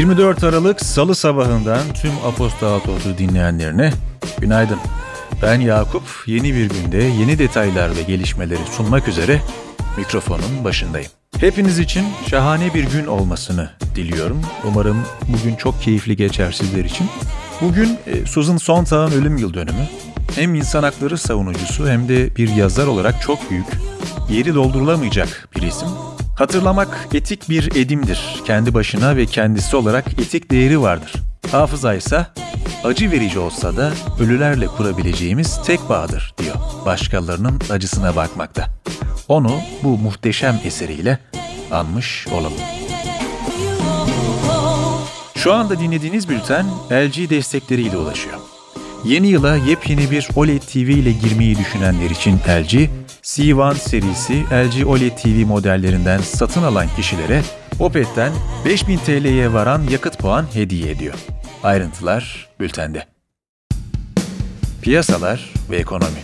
24 Aralık Salı sabahından tüm Apostolatosu dinleyenlerine günaydın. Ben Yakup, yeni bir günde yeni detaylar ve gelişmeleri sunmak üzere mikrofonun başındayım. Hepiniz için şahane bir gün olmasını diliyorum. Umarım bugün çok keyifli geçer sizler için. Bugün Susan Sontag'ın ölüm yıl dönümü. Hem insan hakları savunucusu hem de bir yazar olarak çok büyük, yeri doldurulamayacak bir isim. Hatırlamak etik bir edimdir. Kendi başına ve kendisi olarak etik değeri vardır. Hafıza ise acı verici olsa da ölülerle kurabileceğimiz tek bağdır diyor. Başkalarının acısına bakmakta. Onu bu muhteşem eseriyle anmış olalım. Şu anda dinlediğiniz bülten LG destekleriyle ulaşıyor. Yeni yıla yepyeni bir OLED TV ile girmeyi düşünenler için LG, C1 serisi LG OLED TV modellerinden satın alan kişilere Opet'ten 5000 TL'ye varan yakıt puan hediye ediyor. Ayrıntılar bültende. Piyasalar ve ekonomi.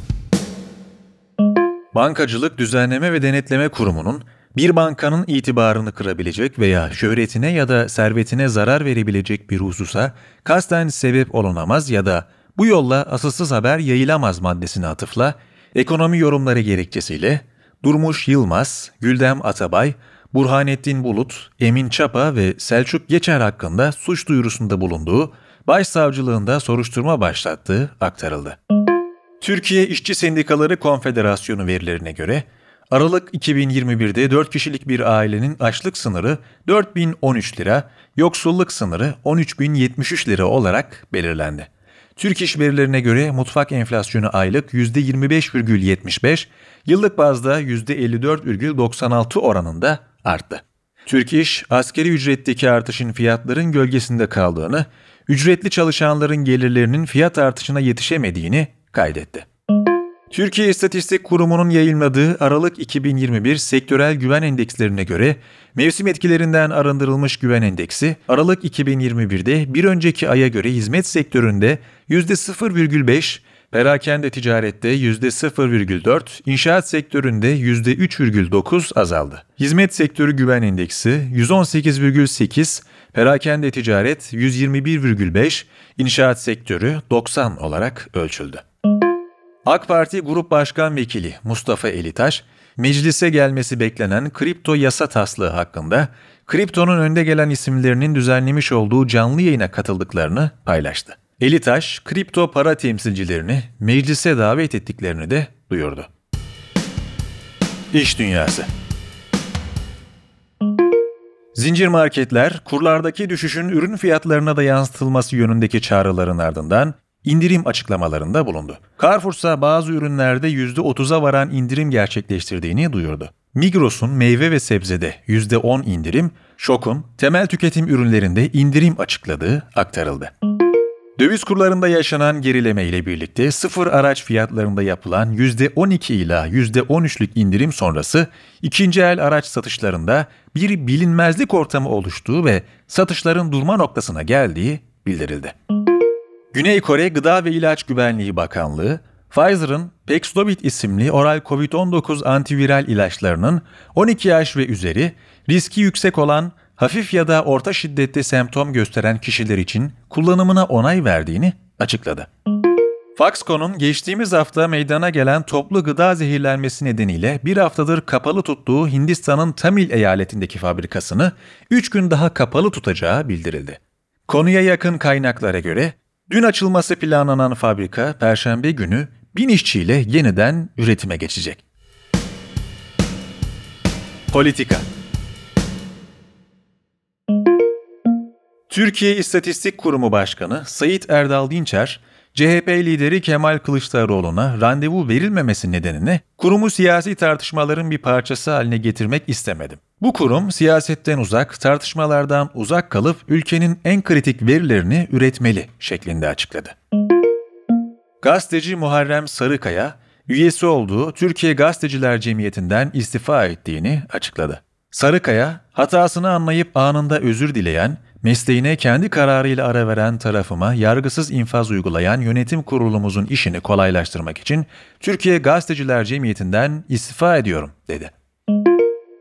Bankacılık Düzenleme ve Denetleme Kurumu'nun bir bankanın itibarını kırabilecek veya şöhretine ya da servetine zarar verebilecek bir hususa kasten sebep olunamaz ya da bu yolla asılsız haber yayılamaz maddesine atıfla ekonomi yorumları gerekçesiyle Durmuş Yılmaz, Güldem Atabay, Burhanettin Bulut, Emin Çapa ve Selçuk Geçer hakkında suç duyurusunda bulunduğu, Başsavcılığında soruşturma başlattığı aktarıldı. Türkiye İşçi Sendikaları Konfederasyonu verilerine göre Aralık 2021'de 4 kişilik bir ailenin açlık sınırı 4.013 lira, yoksulluk sınırı 13.073 lira olarak belirlendi. Türk İş verilerine göre mutfak enflasyonu aylık %25,75, yıllık bazda %54,96 oranında arttı. Türk İş, asgari ücretteki artışın fiyatların gölgesinde kaldığını, ücretli çalışanların gelirlerinin fiyat artışına yetişemediğini kaydetti. Türkiye İstatistik Kurumu'nun yayınladığı Aralık 2021 sektörel güven endekslerine göre mevsim etkilerinden arındırılmış güven endeksi Aralık 2021'de bir önceki aya göre hizmet sektöründe %0,5, perakende ticarette %0,4, inşaat sektöründe %3,9 azaldı. Hizmet sektörü güven endeksi 118,8, perakende ticaret 121,5, inşaat sektörü 90 olarak ölçüldü. AK Parti Grup Başkan Vekili Mustafa Elitaş, meclise gelmesi beklenen kripto yasa taslağı hakkında kriptonun önde gelen isimlerinin düzenlemiş olduğu canlı yayına katıldıklarını paylaştı. Elitaş, kripto para temsilcilerini meclise davet ettiklerini de duyurdu. İş dünyası. Zincir marketler, kurlardaki düşüşün ürün fiyatlarına da yansıtılması yönündeki çağrıların ardından indirim açıklamalarında bulundu. Carrefour ise bazı ürünlerde %30'a varan indirim gerçekleştirdiğini duyurdu. Migros'un meyve ve sebzede %10 indirim, Şok'un temel tüketim ürünlerinde indirim açıkladığı aktarıldı. Döviz kurlarında yaşanan gerileme ile birlikte sıfır araç fiyatlarında yapılan %12 ila %13'lük indirim sonrası ikinci el araç satışlarında bir bilinmezlik ortamı oluştuğu ve satışların durma noktasına geldiği bildirildi. Güney Kore Gıda ve İlaç Güvenliği Bakanlığı, Pfizer'ın Paxlovid isimli oral COVID-19 antiviral ilaçlarının 12 yaş ve üzeri riski yüksek olan hafif ya da orta şiddette semptom gösteren kişiler için kullanımına onay verdiğini açıkladı. Foxconn'un geçtiğimiz hafta meydana gelen toplu gıda zehirlenmesi nedeniyle bir haftadır kapalı tuttuğu Hindistan'ın Tamil eyaletindeki fabrikasını 3 gün daha kapalı tutacağı bildirildi. Konuya yakın kaynaklara göre dün açılması planlanan fabrika Perşembe günü 1000 işçiyle yeniden üretime geçecek. Politika. Türkiye İstatistik Kurumu Başkanı Sayit Erdal Dinçer, CHP lideri Kemal Kılıçdaroğlu'na randevu verilmemesi nedeniyle kurumu siyasi tartışmaların bir parçası haline getirmek istemedim. Bu kurum siyasetten uzak, tartışmalardan uzak kalıp ülkenin en kritik verilerini üretmeli şeklinde açıkladı. Gazeteci Muharrem Sarıkaya, üyesi olduğu Türkiye Gazeteciler Cemiyeti'nden istifa ettiğini açıkladı. Sarıkaya, hatasını anlayıp anında özür dileyen, mesleğine kendi kararıyla ara veren tarafıma yargısız infaz uygulayan yönetim kurulumuzun işini kolaylaştırmak için Türkiye Gazeteciler Cemiyeti'nden istifa ediyorum, dedi.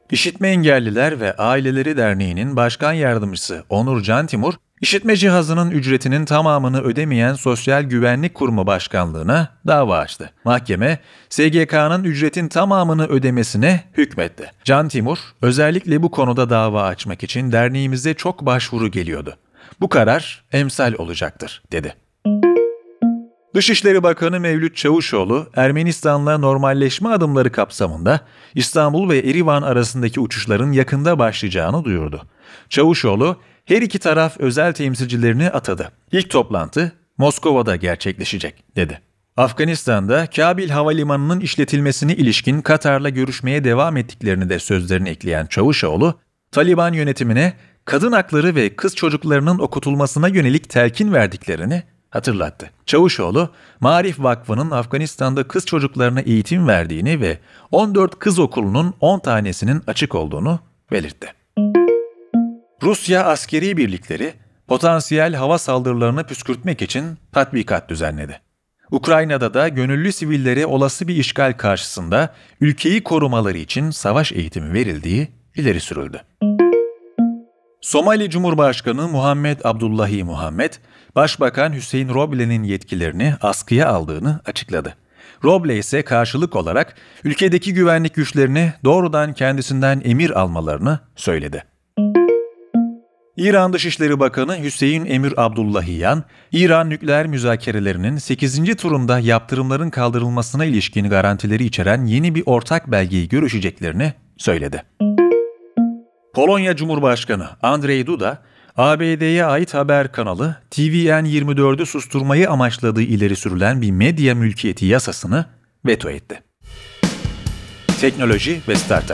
İşitme Engelliler ve Aileleri Derneği'nin Başkan Yardımcısı Onur Cantimur, işitme cihazının ücretinin tamamını ödemeyen Sosyal Güvenlik Kurumu Başkanlığı'na dava açtı. Mahkeme, SGK'nın ücretin tamamını ödemesine hükmetti. Cantimur, özellikle bu konuda dava açmak için derneğimize çok başvuru geliyordu. Bu karar emsal olacaktır, dedi. Dışişleri Bakanı Mevlüt Çavuşoğlu, Ermenistan'la normalleşme adımları kapsamında İstanbul ve Erivan arasındaki uçuşların yakında başlayacağını duyurdu. Çavuşoğlu, her iki taraf özel temsilcilerini atadı. İlk toplantı Moskova'da gerçekleşecek, dedi. Afganistan'da Kabil Havalimanı'nın işletilmesine ilişkin Katar'la görüşmeye devam ettiklerini de sözlerine ekleyen Çavuşoğlu, Taliban yönetimine kadın hakları ve kız çocuklarının okutulmasına yönelik telkin verdiklerini hatırlattı. Çavuşoğlu, Maarif Vakfı'nın Afganistan'da kız çocuklarına eğitim verdiğini ve 14 kız okulunun 10 tanesinin açık olduğunu belirtti. Rusya askeri birlikleri potansiyel hava saldırılarını püskürtmek için tatbikat düzenledi. Ukrayna'da da gönüllü sivillere olası bir işgal karşısında ülkeyi korumaları için savaş eğitimi verildiği ileri sürüldü. Somali Cumhurbaşkanı Muhammed Abdullahi Muhammed, Başbakan Hüseyin Roble'nin yetkilerini askıya aldığını açıkladı. Roble ise karşılık olarak ülkedeki güvenlik güçlerini doğrudan kendisinden emir almalarını söyledi. İran Dışişleri Bakanı Hüseyin Emir Abdullahiyan, İran nükleer müzakerelerinin 8. turunda yaptırımların kaldırılmasına ilişkin garantileri içeren yeni bir ortak belgeyi görüşeceklerini söyledi. Polonya Cumhurbaşkanı Andrzej Duda, ABD'ye ait haber kanalı TVN24'ü susturmayı amaçladığı ileri sürülen bir medya mülkiyeti yasasını veto etti. Teknoloji ve Startup.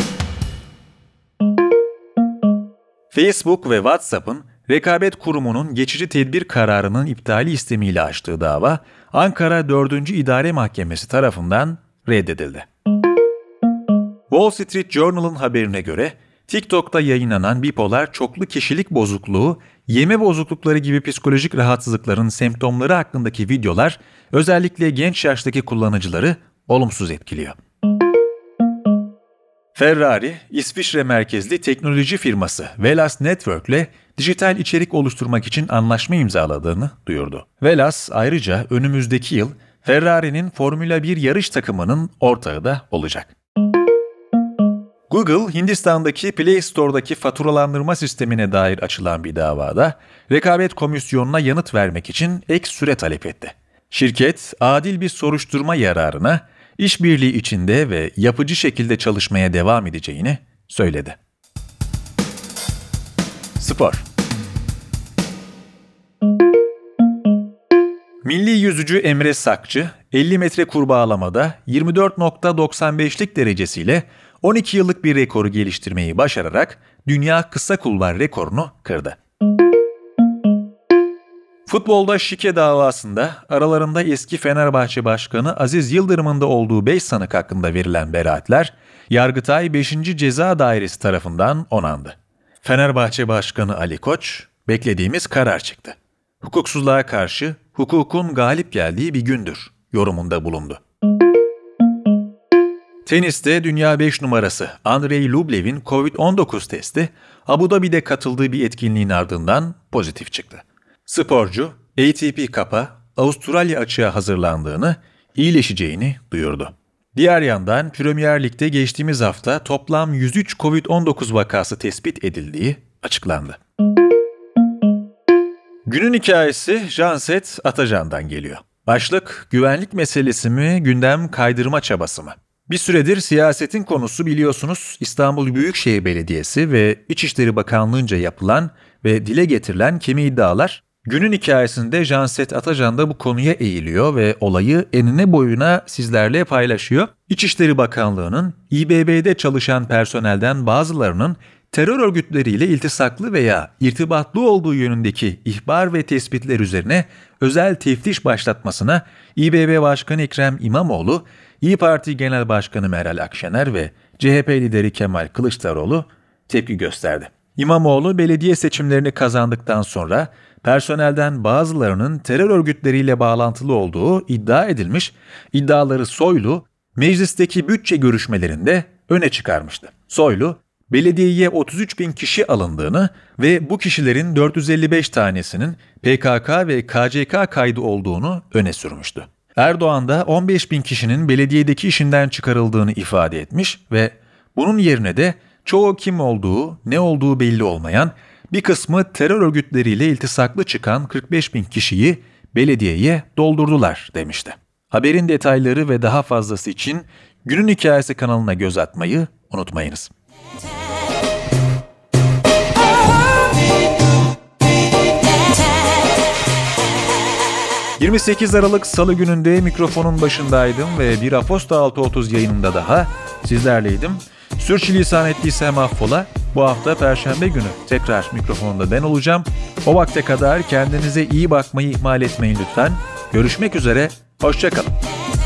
Facebook ve WhatsApp'ın Rekabet Kurumu'nun geçici tedbir kararının iptali istemiyle açtığı dava, Ankara 4. İdare Mahkemesi tarafından reddedildi. Wall Street Journal'ın haberine göre, TikTok'ta yayınlanan bipolar çoklu kişilik bozukluğu, yeme bozuklukları gibi psikolojik rahatsızlıkların semptomları hakkındaki videolar özellikle genç yaştaki kullanıcıları olumsuz etkiliyor. Ferrari, İsviçre merkezli teknoloji firması Velas Network ile dijital içerik oluşturmak için anlaşma imzaladığını duyurdu. Velas ayrıca önümüzdeki yıl Ferrari'nin Formula 1 yarış takımının ortağı da olacak. Google, Hindistan'daki Play Store'daki faturalandırma sistemine dair açılan bir davada Rekabet Komisyonu'na yanıt vermek için ek süre talep etti. Şirket, adil bir soruşturma yararına işbirliği içinde ve yapıcı şekilde çalışmaya devam edeceğini söyledi. Spor. Milli yüzücü Emre Sakçı, 50 metre kurbağalamada 24.95'lik derecesiyle 12 yıllık bir rekoru geliştirmeyi başararak dünya kısa kulvar rekorunu kırdı. Futbolda şike davasında aralarında eski Fenerbahçe Başkanı Aziz Yıldırım'ın da olduğu 5 sanık hakkında verilen beraatler, Yargıtay 5. Ceza Dairesi tarafından onandı. Fenerbahçe Başkanı Ali Koç, beklediğimiz karar çıktı. Hukuksuzluğa karşı hukukun galip geldiği bir gündür yorumunda bulundu. Teniste dünya 5 numarası Andrei Rublev'in COVID-19 testi Abu Dhabi'de katıldığı bir etkinliğin ardından pozitif çıktı. Sporcu, ATP Cup'a Avustralya açığa hazırlandığını, iyileşeceğini duyurdu. Diğer yandan Premier Lig'de geçtiğimiz hafta toplam 103 COVID-19 vakası tespit edildiği açıklandı. Günün hikayesi Janset Atacan'dan geliyor. Başlık, güvenlik meselesi mi, gündem kaydırma çabası mı? Bir süredir siyasetin konusu biliyorsunuz İstanbul Büyükşehir Belediyesi ve İçişleri Bakanlığı'nca yapılan ve dile getirilen kimi iddialar. Günün hikayesinde Janset Atacan da bu konuya eğiliyor ve olayı enine boyuna sizlerle paylaşıyor. İçişleri Bakanlığı'nın İBB'de çalışan personelden bazılarının terör örgütleriyle iltisaklı veya irtibatlı olduğu yönündeki ihbar ve tespitler üzerine özel teftiş başlatmasına İBB Başkanı Ekrem İmamoğlu, İYİ Parti Genel Başkanı Meral Akşener ve CHP lideri Kemal Kılıçdaroğlu tepki gösterdi. İmamoğlu belediye seçimlerini kazandıktan sonra personelden bazılarının terör örgütleriyle bağlantılı olduğu iddia edilmiş, iddiaları soylu, meclisteki bütçe görüşmelerinde öne çıkarmıştı. Soylu, belediyeye 33 bin kişi alındığını ve bu kişilerin 455 tanesinin PKK ve KCK kaydı olduğunu öne sürmüştü. Erdoğan da 15 bin kişinin belediyedeki işinden çıkarıldığını ifade etmiş ve bunun yerine de çoğu kim olduğu, ne olduğu belli olmayan, bir kısmı terör örgütleriyle iltisaklı çıkan 45 bin kişiyi belediyeye doldurdular demişti. Haberin detayları ve daha fazlası için Günün Hikayesi kanalına göz atmayı unutmayınız. 28 Aralık Salı gününde mikrofonun başındaydım ve bir Aposta 6.30 yayınında daha sizlerleydim. Sürçülisan ettiysem affola. Bu hafta Perşembe günü tekrar mikrofonda ben olacağım. O vakte kadar kendinize iyi bakmayı ihmal etmeyin lütfen. Görüşmek üzere, hoşça kalın.